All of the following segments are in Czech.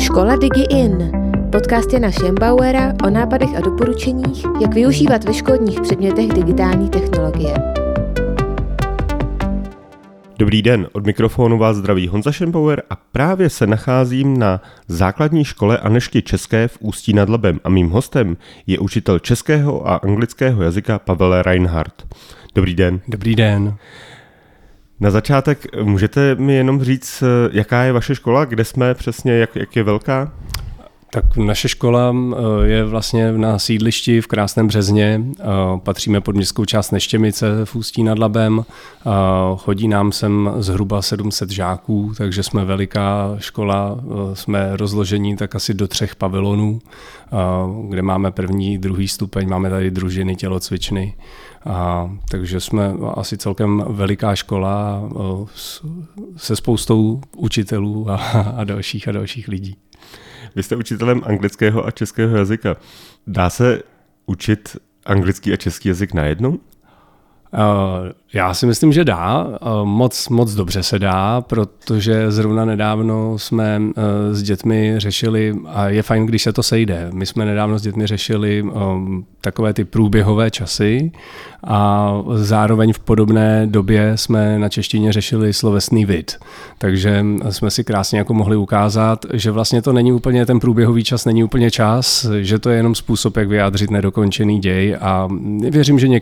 Škola Digi-In. Podcast Jana Schembauera o nápadech a doporučeních, jak využívat ve školních předmětech digitální technologie. Dobrý den, od mikrofonu vás zdraví Honza Schembauer a právě se nacházím na základní škole Anežky České v Ústí nad Labem a mým hostem je učitel českého a anglického jazyka Pavel Reinhardt. Dobrý den. Dobrý den. Na začátek můžete mi jenom říct, jaká je vaše škola, kde jsme přesně, jak je velká? Tak naše škola je vlastně na sídlišti v krásném Březně, patříme pod městskou část Neštěmice v Ústí nad Labem, chodí nám sem zhruba 700 žáků, takže jsme veliká škola, jsme rozložení tak asi do 3 pavilonů, kde máme první, druhý stupeň, máme tady družiny, tělocvičny, takže jsme asi celkem veliká škola se spoustou učitelů a dalších lidí. Vy jste učitelem anglického a českého jazyka. Dá se učit anglický a český jazyk najednou? Já si myslím, že dá. Moc dobře se dá, protože zrovna nedávno jsme s dětmi řešili, a je fajn, když se to sejde, my jsme nedávno s dětmi řešili takové ty průběhové časy a zároveň v podobné době jsme na češtině řešili slovesný vid. Takže jsme si krásně jako mohli ukázat, že vlastně to není úplně ten průběhový čas, není úplně čas, že to je jenom způsob, jak vyjádřit nedokončený děj a věřím, že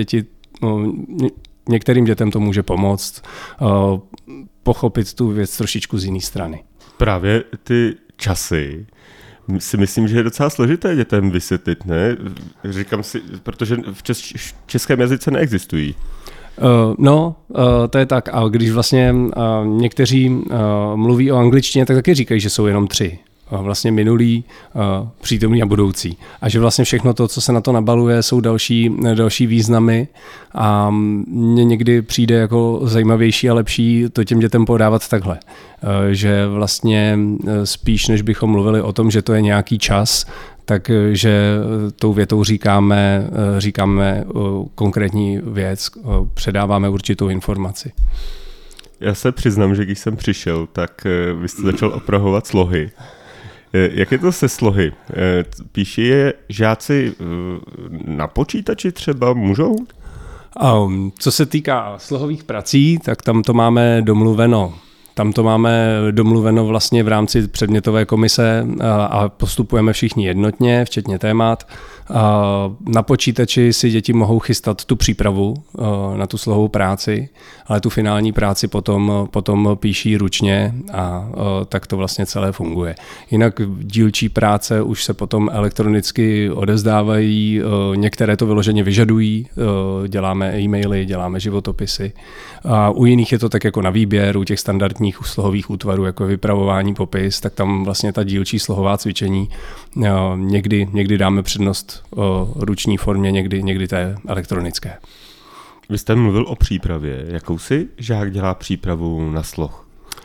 některým dětem to může pomoct pochopit tu věc trošičku z jiné strany. Právě ty časy si myslím, že je docela složité dětem vysvětlit, ne? Říkám si, protože v českém jazyce neexistují. To je tak. A když vlastně někteří mluví o angličtině, tak taky říkají, že jsou jenom 3. Vlastně minulý, přítomný a budoucí. A že vlastně všechno to, co se na to nabaluje, jsou další významy a mně někdy přijde jako zajímavější a lepší to těm dětem podávat takhle. Že vlastně spíš, než bychom mluvili o tom, že to je nějaký čas, takže tou větou říkáme konkrétní věc, předáváme určitou informaci. Já se přiznám, že když jsem přišel, tak vy jste začal opravovat slohy. Jak je to se slohy? Píší je žáci na počítači třeba, můžou? Co se týká slohových prací, tak tam to máme domluveno. Vlastně v rámci předmětové komise a postupujeme všichni jednotně, včetně témat. Na počítači si děti mohou chystat tu přípravu na tu slohovou práci, ale tu finální práci potom píší ručně a tak to vlastně celé funguje. Jinak dílčí práce už se potom elektronicky odevzdávají, některé to vyloženě vyžadují, děláme e-maily, děláme životopisy. A u jiných je to tak jako na výběr, u těch standardních slohových útvarů, jako je vypravování, popis, tak tam vlastně ta dílčí slohová cvičení někdy dáme přednost ruční formě, někdy té elektronické. Vy jste mluvil o přípravě. Jakou si žák dělá přípravu na sloh?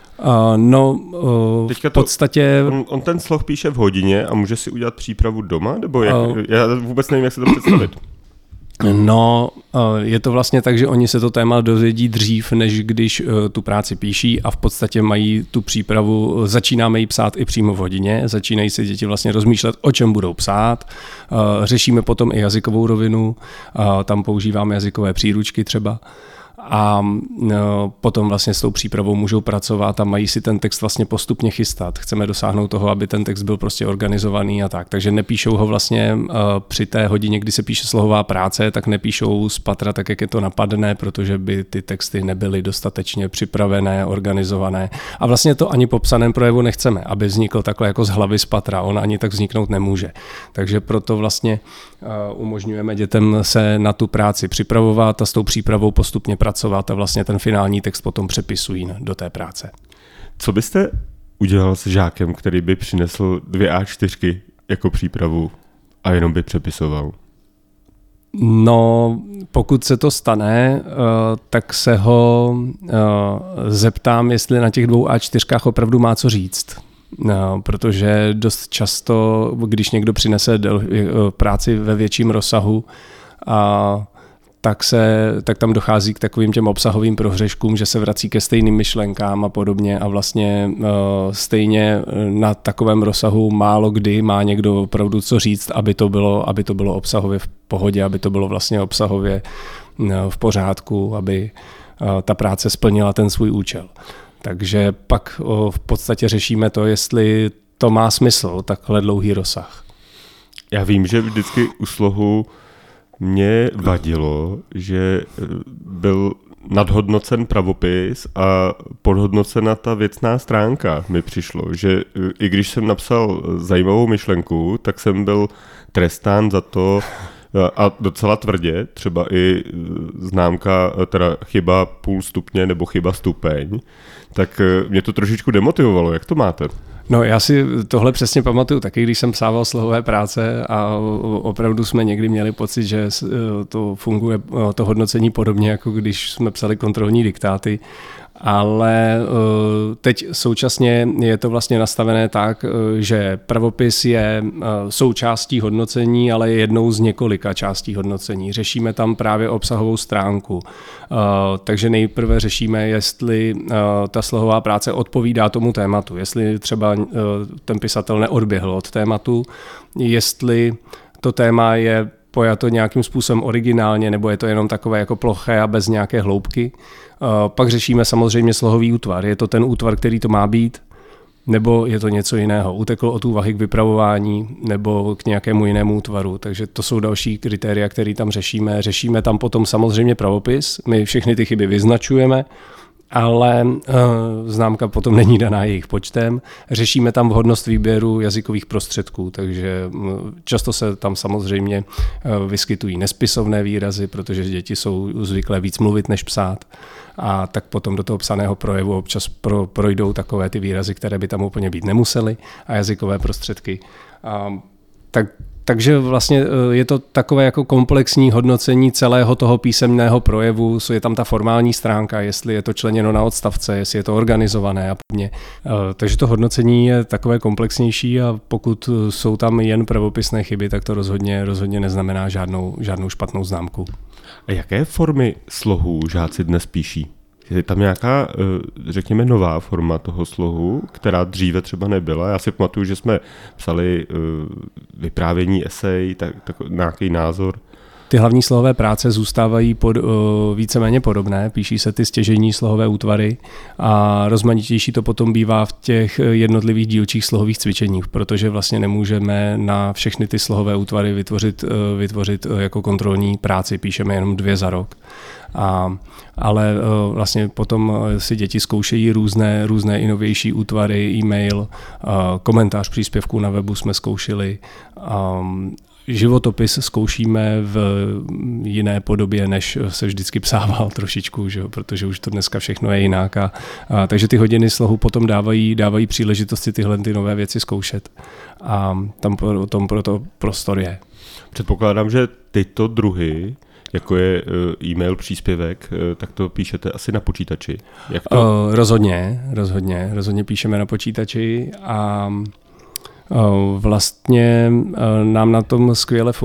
V podstatě... On ten sloh píše v hodině a může si udělat přípravu doma? Nebo já vůbec nevím, jak se to představit. Je to vlastně tak, že oni se to téma dozvědí dřív, než když tu práci píší a v podstatě mají tu přípravu, začínáme ji psát i přímo v hodině, začínají si děti vlastně rozmýšlet, o čem budou psát, řešíme potom i jazykovou rovinu, tam používáme jazykové příručky třeba. A potom vlastně s tou přípravou můžou pracovat a mají si ten text vlastně postupně chystat. Chceme dosáhnout toho, aby ten text byl prostě organizovaný a tak. Takže nepíšou ho vlastně při té hodině, kdy se píše slohová práce, tak nepíšou z patra tak, jak je to napadne, protože by ty texty nebyly dostatečně připravené, organizované. A vlastně to ani po psaném projevu nechceme, aby vznikl takhle jako z hlavy z patra. On ani tak vzniknout nemůže. Takže proto vlastně umožňujeme dětem se na tu práci připravovat a s tou přípravou postupně pracovat a vlastně ten finální text potom přepisují do té práce. Co byste udělal s žákem, který by přinesl 2 A4 jako přípravu a jenom by přepisoval? Pokud se to stane, tak se ho zeptám, jestli na těch 2 A4 opravdu má co říct. Protože dost často, když někdo přinese práci ve větším rozsahu, tak tam dochází k takovým těm obsahovým prohřeškům, že se vrací ke stejným myšlenkám a podobně a vlastně stejně na takovém rozsahu málo kdy má někdo opravdu co říct, aby to bylo obsahově v pohodě, aby to bylo vlastně obsahově v pořádku, aby ta práce splnila ten svůj účel. Takže pak v podstatě řešíme to, jestli to má smysl, takhle dlouhý rozsah. Já vím, že vždycky u slohu mě vadilo, že byl nadhodnocen pravopis a podhodnocena ta věcná stránka. Mi přišlo, že i když jsem napsal zajímavou myšlenku, tak jsem byl trestán za to a docela tvrdě, třeba i známka, teda chyba 0,5 stupně nebo chyba stupeň, tak mě to trošičku demotivovalo. Jak to máte? No já si tohle přesně pamatuju taky, když jsem psával slohové práce a opravdu jsme někdy měli pocit, že to funguje, to hodnocení podobně, jako když jsme psali kontrolní diktáty, ale teď současně je to vlastně nastavené tak, že pravopis je součástí hodnocení, ale je jednou z několika částí hodnocení. Řešíme tam právě obsahovou stránku. Takže nejprve řešíme, jestli ta slohová práce odpovídá tomu tématu, jestli třeba ten pisatel neodběhl od tématu, jestli to téma je pojato nějakým způsobem originálně, nebo je to jenom takové jako ploché a bez nějaké hloubky. Pak řešíme samozřejmě slohový útvar. Je to ten útvar, který to má být, nebo je to něco jiného. Utekl od úvahy k vypravování nebo k nějakému jinému útvaru. Takže to jsou další kritéria, které tam řešíme. Řešíme tam potom samozřejmě pravopis. My všechny ty chyby vyznačujeme, ale známka potom není daná jejich počtem. Řešíme tam vhodnost výběru jazykových prostředků, takže často se tam samozřejmě vyskytují nespisovné výrazy, protože děti jsou zvyklé víc mluvit než psát. A tak potom do toho psaného projevu občas projdou takové ty výrazy, které by tam úplně být nemusely, a jazykové prostředky. Takže vlastně je to takové jako komplexní hodnocení celého toho písemného projevu, je tam ta formální stránka, jestli je to členěno na odstavce, jestli je to organizované a podobně. Takže to hodnocení je takové komplexnější a pokud jsou tam jen pravopisné chyby, tak to rozhodně neznamená žádnou špatnou známku. A jaké formy slohů žáci dnes píší? Je tam nějaká, řekněme, nová forma toho slohu, která dříve třeba nebyla? Já si pamatuju, že jsme psali vyprávění, esej, tak nějaký názor. Ty hlavní slohové práce zůstávají víceméně podobné, píší se ty stěžejní slohové útvary a rozmanitější to potom bývá v těch jednotlivých dílčích slohových cvičeních, protože vlastně nemůžeme na všechny ty slohové útvary vytvořit jako kontrolní práci, píšeme jenom 2 za rok. Ale vlastně potom si děti zkoušejí různé i novější útvary, e-mail, komentář příspěvků na webu jsme zkoušeli, životopis zkoušíme v jiné podobě, než se vždycky psával trošičku, že jo? Protože už to dneska všechno je jinak. Takže ty hodiny slohu potom dávají příležitosti tyhle ty nové věci zkoušet. A tam potom proto prostor je. Předpokládám, že tyto druhy, jako je e-mail, příspěvek, tak to píšete asi na počítači. Jak to? Rozhodně píšeme na počítači a vlastně nám na tom skvěle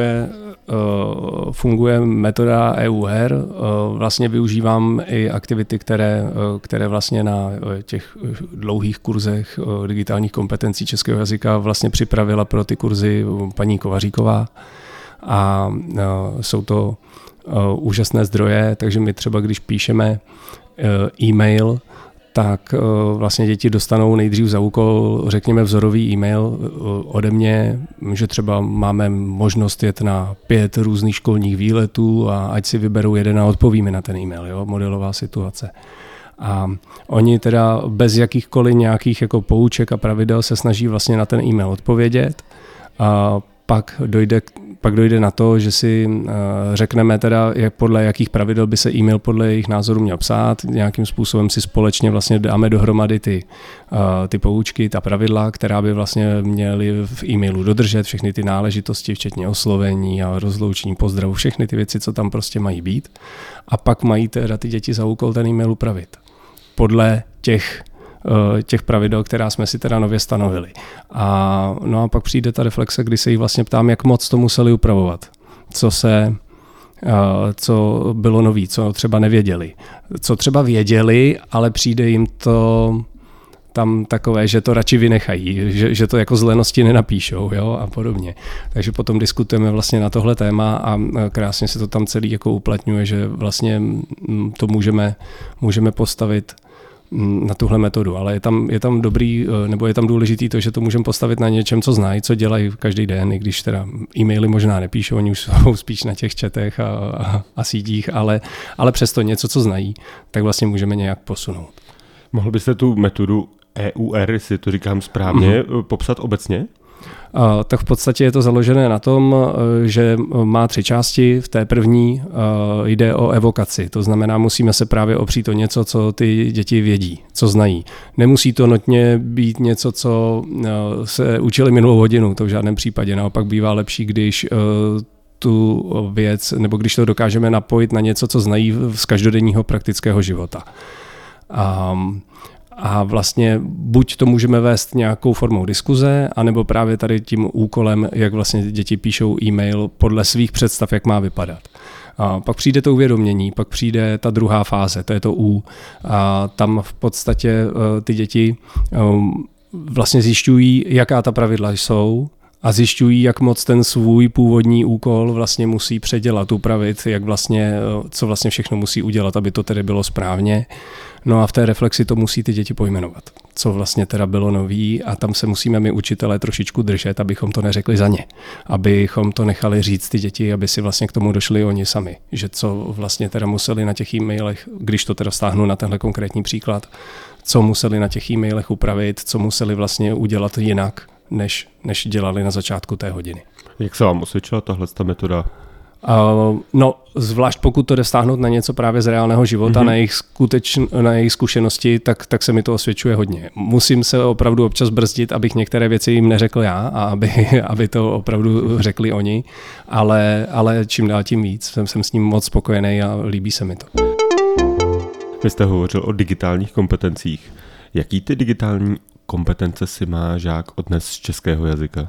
funguje metoda EUR. Vlastně využívám i aktivity, které vlastně na těch dlouhých kurzech digitálních kompetencí českého jazyka vlastně připravila pro ty kurzy paní Kovaříková. A jsou to úžasné zdroje, takže my třeba, když píšeme e-mail, tak vlastně děti dostanou nejdřív za úkol, řekněme, vzorový e-mail ode mě, že třeba máme možnost jet na 5 různých školních výletů a ať si vyberou jeden a odpovíme na ten e-mail, jo? Modelová situace. A oni teda bez jakýchkoliv nějakých jako pouček a pravidel se snaží vlastně na ten e-mail odpovědět a pak dojde na to, že si řekneme teda, podle jakých pravidel by se e-mail podle jejich názoru měl psát, nějakým způsobem si společně vlastně dáme dohromady ty poučky, ta pravidla, která by vlastně měly v e-mailu dodržet, všechny ty náležitosti, včetně oslovení a rozloučení, pozdravu, všechny ty věci, co tam prostě mají být. A pak mají teda ty děti za úkol ten e-mail upravit. Podle těch pravidel, která jsme si teda nově stanovili. No a pak přijde ta reflexe, kdy se jí vlastně ptám, jak moc to museli upravovat. co bylo nový, co třeba nevěděli. Co třeba věděli, ale přijde jim to tam takové, že to radši vynechají, že to jako z lenosti nenapíšou, jo, a podobně. Takže potom diskutujeme vlastně na tohle téma a krásně se to tam celý jako uplatňuje, že vlastně to můžeme postavit na tuhle metodu, ale je tam dobrý, nebo je tam důležitý to, že to můžeme postavit na něčem, co znají, co dělají každý den, i když teda e-maily možná nepíšou, oni už jsou spíš na těch chatech a sítích, ale přesto něco, co znají, tak vlastně můžeme nějak posunout. Mohl byste tu metodu EUR, jestli to říkám správně, popsat obecně? Tak v podstatě je to založené na tom, že má 3 části. V té první jde o evokaci. To znamená, musíme se právě opřít o něco, co ty děti vědí, co znají. Nemusí to nutně být něco, co se učili minulou hodinu, to v žádném případě. Naopak bývá lepší, když tu věc, nebo když to dokážeme napojit na něco, co znají z každodenního praktického života. A vlastně buď to můžeme vést nějakou formou diskuze, anebo právě tady tím úkolem, jak vlastně děti píšou e-mail podle svých představ, jak má vypadat. A pak přijde to uvědomění, pak přijde ta druhá fáze, to je to U. A tam v podstatě ty děti vlastně zjišťují, jaká ta pravidla jsou, a zjišťují, jak moc ten svůj původní úkol vlastně musí předělat, upravit, co vlastně všechno musí udělat, aby to tedy bylo správně. No a v té reflexi to musí ty děti pojmenovat, co vlastně teda bylo nový, a tam se musíme my učitelé trošičku držet, abychom to neřekli za ně. Abychom to nechali říct ty děti, aby si vlastně k tomu došli oni sami. Že co vlastně teda museli na těch e-mailech, když to teda vztáhnu na tenhle konkrétní příklad, co museli na těch e-mailech upravit, co museli vlastně udělat jinak, než dělali na začátku té hodiny. Jak se vám osvědčila tahle metoda? No, zvlášť pokud to jde stáhnout na něco právě z reálného života, na jejich zkušenosti, tak se mi to osvědčuje hodně. Musím se opravdu občas brzdit, abych některé věci jim neřekl já a aby to opravdu řekli oni, ale čím dál tím víc. Jsem s ním moc spokojený a líbí se mi to. Vy jste hovořil o digitálních kompetencích. Jaký ty digitální kompetence si má žák odnes z českého jazyka?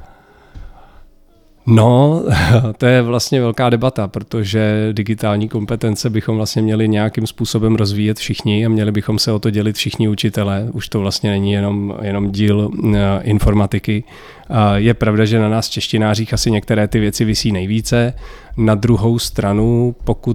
No, to je vlastně velká debata, protože digitální kompetence bychom vlastně měli nějakým způsobem rozvíjet všichni a měli bychom se o to dělit všichni učitelé. Už to vlastně není jenom díl informatiky. Je pravda, že na nás češtinářích asi některé ty věci visí nejvíce. Na druhou stranu,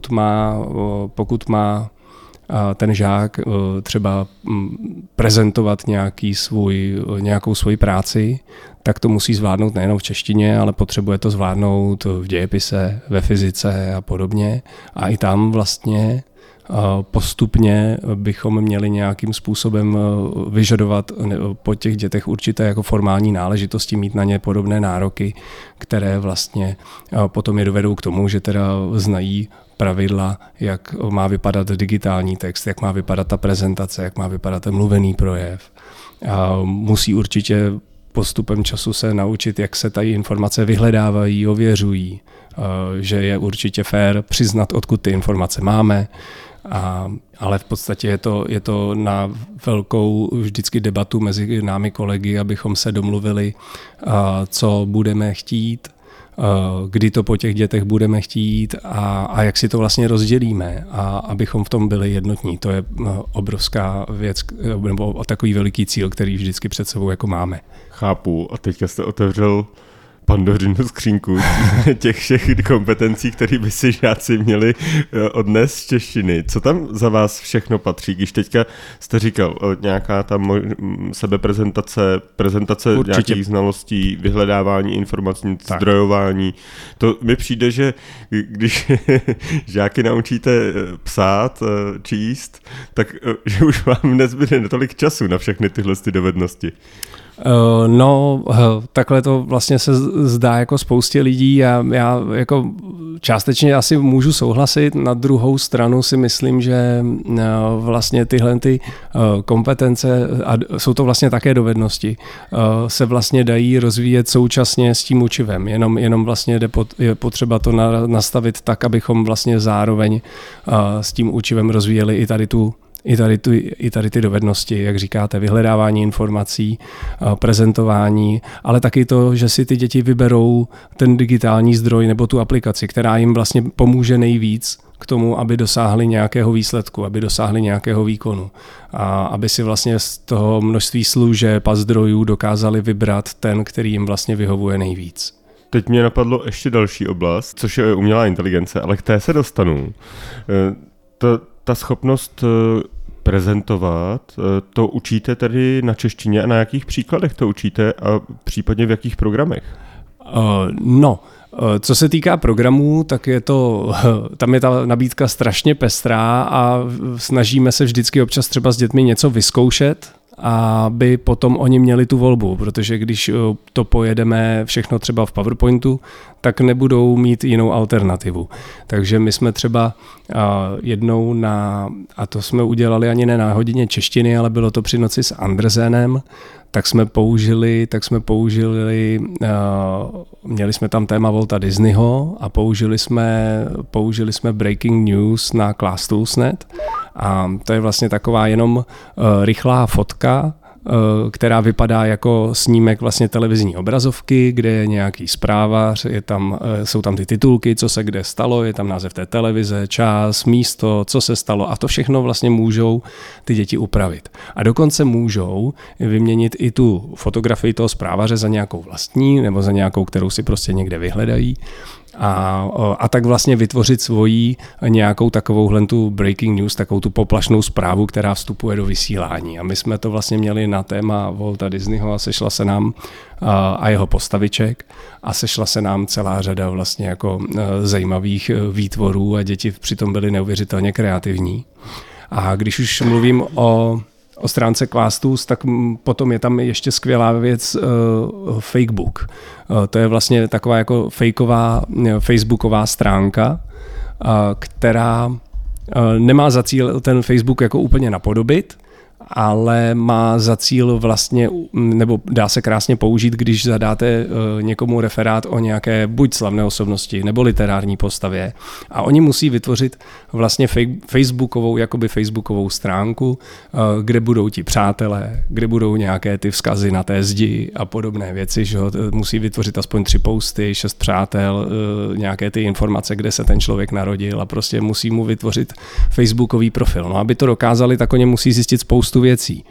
pokud má ten žák třeba prezentovat nějakou svoji práci, tak to musí zvládnout nejenom v češtině, ale potřebuje to zvládnout v dějepise, ve fyzice a podobně. A i tam vlastně postupně bychom měli nějakým způsobem vyžadovat po těch dětech určité jako formální náležitosti, mít na ně podobné nároky, které vlastně potom je dovedou k tomu, že teda znají pravidla, jak má vypadat digitální text, jak má vypadat ta prezentace, jak má vypadat ten mluvený projev. Musí určitě postupem času se naučit, jak se tady informace vyhledávají, ověřují, že je určitě fér přiznat, odkud ty informace máme, ale v podstatě je to na velkou vždycky debatu mezi námi kolegy, abychom se domluvili, co budeme chtít, kdy to po těch dětech budeme chtít a jak si to vlastně rozdělíme a abychom v tom byli jednotní. To je obrovská věc nebo takový veliký cíl, který vždycky před sebou jako máme. Chápu. A teďka jste otevřel Pandořinu skřínku těch všech kompetencí, které by si žáci měli odnést z češtiny. Co tam za vás všechno patří? Když teďka jste říkal, nějaká tam prezentace nějakých znalostí, vyhledávání informací, zdrojování. To mi přijde, že když žáky naučíte psát, číst, tak že už vám nezbyde netolik času na všechny tyhle dovednosti. No, takhle to vlastně se zdá jako spoustě lidí a já jako částečně asi můžu souhlasit. Na druhou stranu si myslím, že vlastně tyhle ty kompetence, a jsou to vlastně také dovednosti, se vlastně dají rozvíjet současně s tím učivem. Jenom vlastně je potřeba to nastavit tak, abychom vlastně zároveň s tím učivem rozvíjeli i tady tu i tady ty dovednosti, jak říkáte, vyhledávání informací, prezentování, ale taky to, že si ty děti vyberou ten digitální zdroj nebo tu aplikaci, která jim vlastně pomůže nejvíc k tomu, aby dosáhli nějakého výsledku, aby dosáhli nějakého výkonu a aby si vlastně z toho množství služeb a zdrojů dokázali vybrat ten, který jim vlastně vyhovuje nejvíc. Teď mě napadlo ještě další oblast, což je umělá inteligence, ale k té se dostanu. Ta schopnost prezentovat, to učíte tedy na češtině a na jakých příkladech to učíte a případně v jakých programech? Co se týká programů, tak tam je ta nabídka strašně pestrá a snažíme se vždycky občas třeba s dětmi něco vyzkoušet, aby potom oni měli tu volbu, protože když to pojedeme všechno třeba v PowerPointu, tak nebudou mít jinou alternativu. Takže my jsme třeba jednou a to jsme udělali ani ne na hodině češtiny, ale bylo to při noci s Andersenem, tak jsme použili, měli jsme tam téma Walta Disneyho a použili jsme Breaking News na ClassTools.net a to je vlastně taková jenom rychlá fotka, která vypadá jako snímek vlastně televizní obrazovky, kde je nějaký zprávař, jsou tam ty titulky, co se kde stalo, je tam název té televize, čas, místo, co se stalo a to všechno vlastně můžou ty děti upravit. A dokonce můžou vyměnit i tu fotografii toho zprávaře za nějakou vlastní nebo za nějakou, kterou si prostě někde vyhledají. A tak vlastně vytvořit svoji nějakou takovouhle tu breaking news, takovou tu poplašnou zprávu, která vstupuje do vysílání. A my jsme to vlastně měli na téma Walta Disneyho a sešla se nám a jeho postaviček a sešla se nám celá řada vlastně jako zajímavých výtvorů a děti přitom byly neuvěřitelně kreativní. A když už mluvím o stránce ClassTools, tak potom je tam ještě skvělá věc Fakebook. To je vlastně taková jako fejková facebooková stránka, která nemá za cíl ten Facebook jako úplně napodobit, ale má za cíl vlastně, nebo dá se krásně použít, když zadáte někomu referát o nějaké buď slavné osobnosti nebo literární postavě a oni musí vytvořit vlastně facebookovou stránku, kde budou ti přátelé, kde budou nějaké ty vzkazy na té zdi a podobné věci, že musí vytvořit aspoň 3 posty, 6 přátel, nějaké ty informace, kde se ten člověk narodil a prostě musí mu vytvořit facebookový profil. No, aby to dokázali, tak oni musí zjistit spoustu věcí.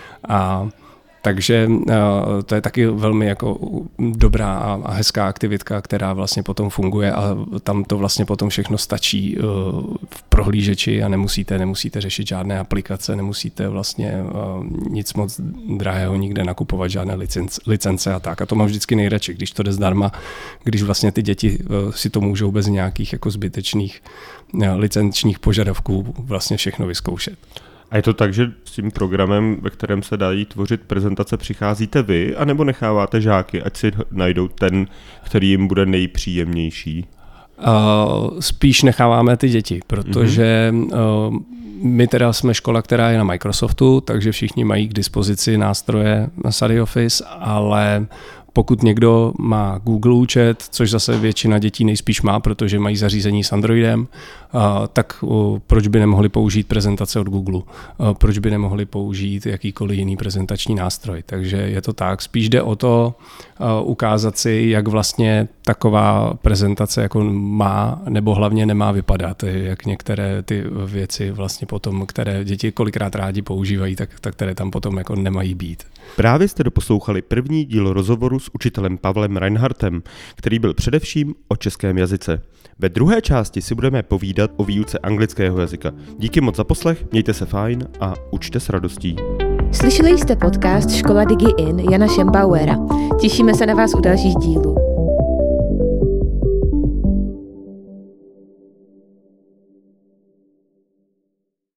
Takže to je taky velmi jako dobrá a hezká aktivitka, která vlastně potom funguje a tam to vlastně potom všechno stačí v prohlížeči a nemusíte řešit žádné aplikace, nemusíte vlastně nic moc drahého nikde nakupovat, žádné licence a tak. A to mám vždycky nejradši, když to jde zdarma, když vlastně ty děti si to můžou bez nějakých jako zbytečných licenčních požadavků vlastně všechno vyzkoušet. A je to tak, že s tím programem, ve kterém se dají tvořit prezentace, přicházíte vy, anebo necháváte žáky, ať si najdou ten, který jim bude nejpříjemnější? Spíš necháváme ty děti, protože my teda jsme škola, která je na Microsoftu, takže všichni mají k dispozici nástroje na Study Office, ale pokud někdo má Google účet, což zase většina dětí nejspíš má, protože mají zařízení s Androidem, tak proč by nemohli použít prezentace od Google? Proč by nemohli použít jakýkoliv jiný prezentační nástroj? Takže je to tak. Spíš jde o to ukázat si, jak vlastně taková prezentace jako má nebo hlavně nemá vypadat. Jak některé ty věci vlastně potom, které děti kolikrát rádi používají, tak které tam potom jako nemají být. Právě jste doposlouchali první díl rozhovoru s učitelem Pavlem Reinhardtem, který byl především o českém jazyce. Ve druhé části si budeme povídat o výuce anglického jazyka. Díky moc za poslech, mějte se fajn a učte s radostí. Slyšeli jste podcast Škola Digi In Jana Šembauera. Těšíme se na vás u dalších dílů.